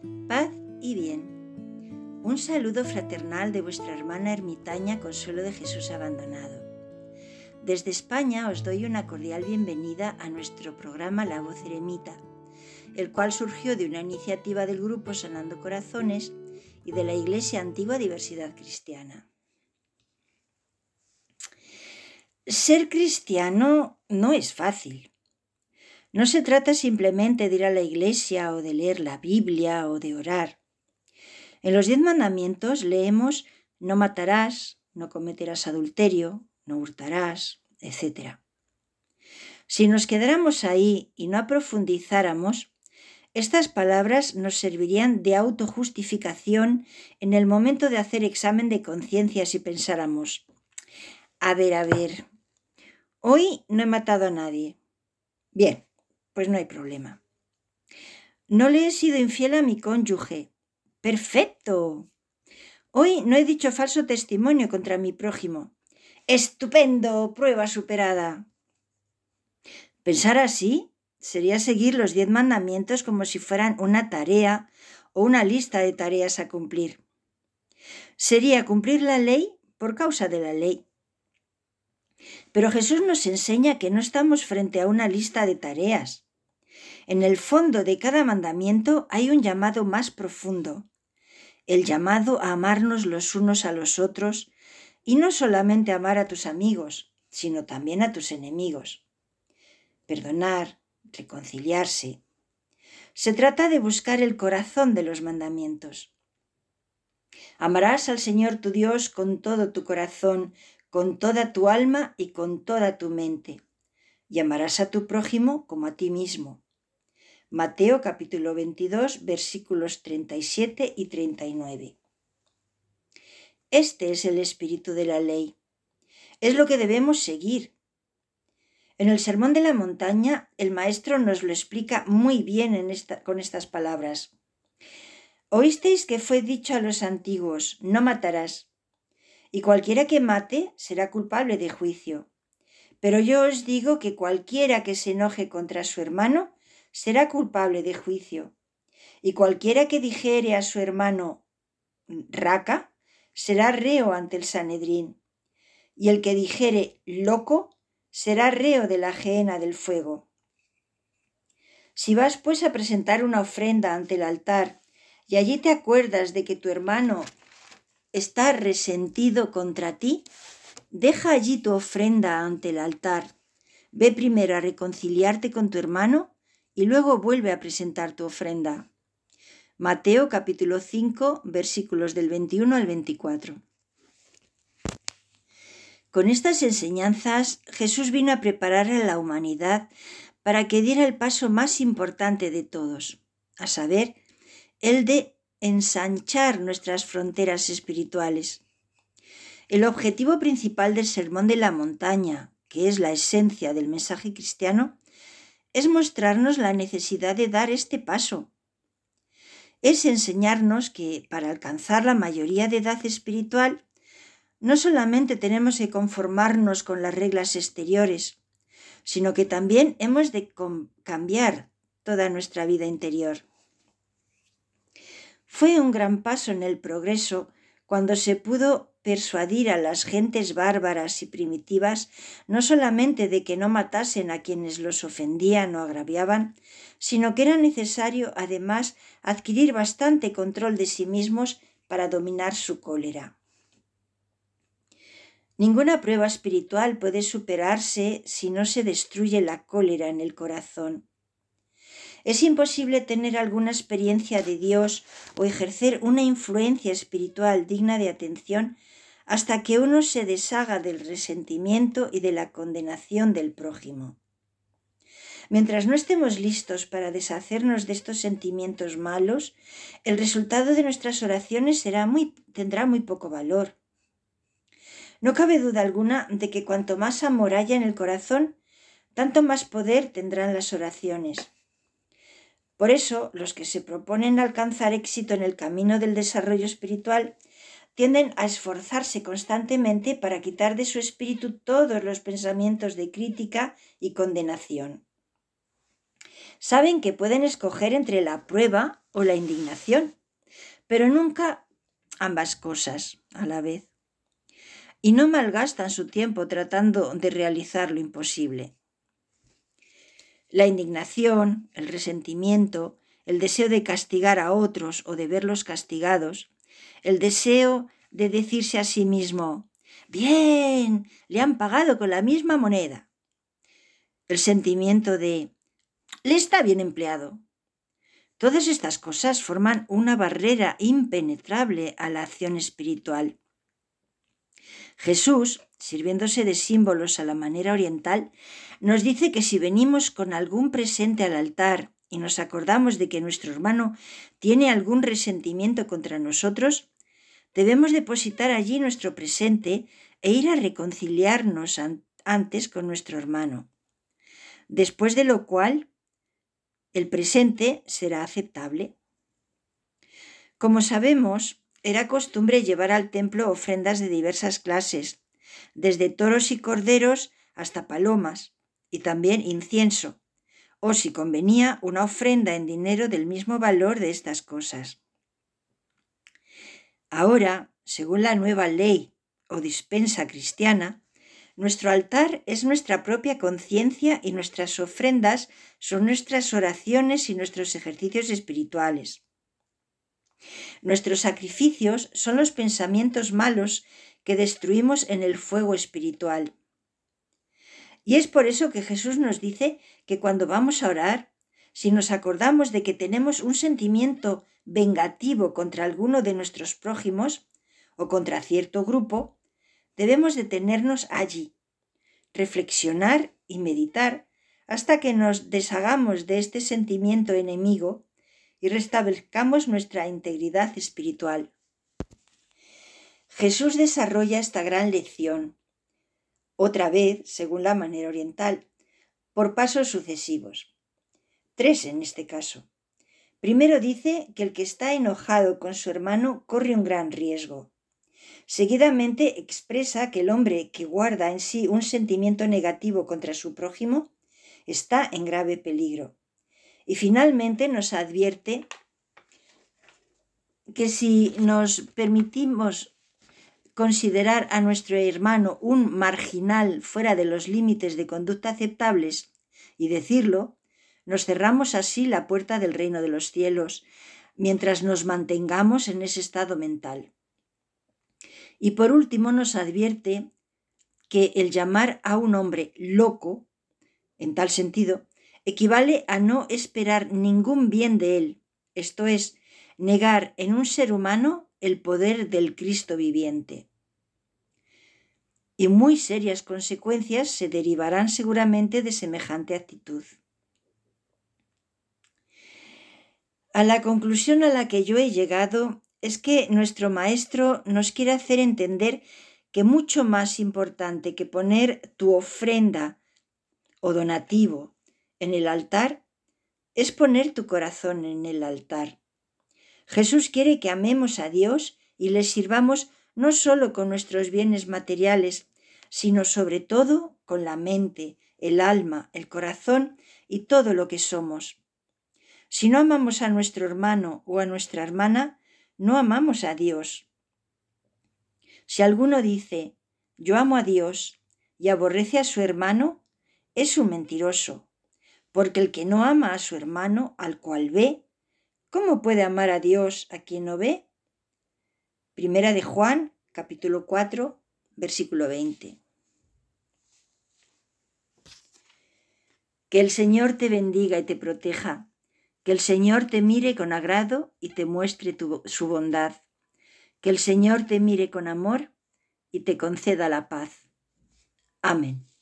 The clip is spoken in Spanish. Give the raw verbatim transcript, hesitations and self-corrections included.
Paz y bien. Un saludo fraternal de vuestra hermana ermitaña Consuelo de Jesús Abandonado. Desde España os doy una cordial bienvenida a nuestro programa La Voz Eremita, el cual surgió de una iniciativa del grupo Sanando Corazones y de la Iglesia Antigua Diversidad Cristiana. Ser cristiano no es fácil. No se trata simplemente de ir a la iglesia o de leer la Biblia o de orar. En los diez mandamientos leemos no matarás, no cometerás adulterio, no hurtarás, etcétera. Si nos quedáramos ahí y no profundizáramos, estas palabras nos servirían de autojustificación en el momento de hacer examen de conciencia si pensáramos, a ver, a ver, hoy no he matado a nadie. Bien, pues no hay problema. No le he sido infiel a mi cónyuge. ¡Perfecto! Hoy no he dicho falso testimonio contra mi prójimo. ¡Estupendo! Prueba superada. Pensar así sería seguir los diez mandamientos como si fueran una tarea o una lista de tareas a cumplir. Sería cumplir la ley por causa de la ley. Pero Jesús nos enseña que no estamos frente a una lista de tareas. En el fondo de cada mandamiento hay un llamado más profundo, el llamado a amarnos los unos a los otros y no solamente amar a tus amigos, sino también a tus enemigos. Perdonar, reconciliarse. Se trata de buscar el corazón de los mandamientos. Amarás al Señor tu Dios con todo tu corazón, con toda tu alma y con toda tu mente. Y amarás a tu prójimo como a ti mismo. Mateo capítulo veintidós, versículos treinta y siete y treinta y nueve. Este es el espíritu de la ley. Es lo que debemos seguir. En el Sermón de la Montaña, el Maestro nos lo explica muy bien en esta, con estas palabras. Oísteis que fue dicho a los antiguos, no matarás, y cualquiera que mate será culpable de juicio. Pero yo os digo que cualquiera que se enoje contra su hermano será culpable de juicio. Y cualquiera que dijere a su hermano raca será reo ante el Sanedrín. Y el que dijere loco será reo de la gehenna del fuego. Si vas pues a presentar una ofrenda ante el altar y allí te acuerdas de que tu hermano está resentido contra ti, deja allí tu ofrenda ante el altar. Ve primero a reconciliarte con tu hermano y luego vuelve a presentar tu ofrenda. Mateo capítulo cinco, versículos del veintiuno al veinticuatro. Con estas enseñanzas, Jesús vino a preparar a la humanidad para que diera el paso más importante de todos, a saber, el de ensanchar nuestras fronteras espirituales. El objetivo principal del Sermón de la Montaña, que es la esencia del mensaje cristiano, es mostrarnos la necesidad de dar este paso. Es enseñarnos que para alcanzar la mayoría de edad espiritual, no solamente tenemos que conformarnos con las reglas exteriores, sino que también hemos de cambiar toda nuestra vida interior. Fue un gran paso en el progreso cuando se pudo persuadir a las gentes bárbaras y primitivas no solamente de que no matasen a quienes los ofendían o agraviaban, sino que era necesario además adquirir bastante control de sí mismos para dominar su cólera. Ninguna prueba espiritual puede superarse si no se destruye la cólera en el corazón. Es imposible tener alguna experiencia de Dios o ejercer una influencia espiritual digna de atención hasta que uno se deshaga del resentimiento y de la condenación del prójimo. Mientras no estemos listos para deshacernos de estos sentimientos malos, el resultado de nuestras oraciones será muy, tendrá muy poco valor. No cabe duda alguna de que cuanto más amor haya en el corazón, tanto más poder tendrán las oraciones. Por eso, los que se proponen alcanzar éxito en el camino del desarrollo espiritual tienden a esforzarse constantemente para quitar de su espíritu todos los pensamientos de crítica y condenación. Saben que pueden escoger entre la prueba o la indignación, pero nunca ambas cosas a la vez. Y no malgastan su tiempo tratando de realizar lo imposible. La indignación, el resentimiento, el deseo de castigar a otros o de verlos castigados, el deseo de decirse a sí mismo, bien, le han pagado con la misma moneda. El sentimiento de, le está bien empleado. Todas estas cosas forman una barrera impenetrable a la acción espiritual. Jesús, sirviéndose de símbolos a la manera oriental, nos dice que si venimos con algún presente al altar y nos acordamos de que nuestro hermano tiene algún resentimiento contra nosotros, debemos depositar allí nuestro presente e ir a reconciliarnos an- antes con nuestro hermano. Después de lo cual, el presente será aceptable. Como sabemos, era costumbre llevar al templo ofrendas de diversas clases, desde toros y corderos hasta palomas, y también incienso, o si convenía, una ofrenda en dinero del mismo valor de estas cosas. Ahora, según la nueva ley o dispensa cristiana, nuestro altar es nuestra propia conciencia y nuestras ofrendas son nuestras oraciones y nuestros ejercicios espirituales. Nuestros sacrificios son los pensamientos malos que destruimos en el fuego espiritual. Y es por eso que Jesús nos dice que cuando vamos a orar, si nos acordamos de que tenemos un sentimiento vengativo contra alguno de nuestros prójimos o contra cierto grupo, debemos detenernos allí, reflexionar y meditar hasta que nos deshagamos de este sentimiento enemigo y restablezcamos nuestra integridad espiritual. Jesús desarrolla esta gran lección, otra vez, según la manera oriental, por pasos sucesivos. Tres en este caso. Primero dice que el que está enojado con su hermano corre un gran riesgo. Seguidamente expresa que el hombre que guarda en sí un sentimiento negativo contra su prójimo está en grave peligro. Y finalmente nos advierte que si nos permitimos considerar a nuestro hermano un marginal fuera de los límites de conducta aceptables y decirlo, nos cerramos así la puerta del reino de los cielos, mientras nos mantengamos en ese estado mental. Y por último nos advierte que el llamar a un hombre loco, en tal sentido, equivale a no esperar ningún bien de él, esto es, negar en un ser humano el poder del Cristo viviente. Y muy serias consecuencias se derivarán seguramente de semejante actitud. A la conclusión a la que yo he llegado es que nuestro Maestro nos quiere hacer entender que mucho más importante que poner tu ofrenda o donativo en el altar es poner tu corazón en el altar. Jesús quiere que amemos a Dios y le sirvamos no solo con nuestros bienes materiales, sino sobre todo con la mente, el alma, el corazón y todo lo que somos. Si no amamos a nuestro hermano o a nuestra hermana, no amamos a Dios. Si alguno dice, yo amo a Dios y aborrece a su hermano, es un mentiroso, porque el que no ama a su hermano, al cual ve, ¿cómo puede amar a Dios a quien no ve? Primera de Juan, capítulo cuatro, versículo veinte. Que el Señor te bendiga y te proteja, que el Señor te mire con agrado y te muestre tu, su bondad, que el Señor te mire con amor y te conceda la paz. Amén.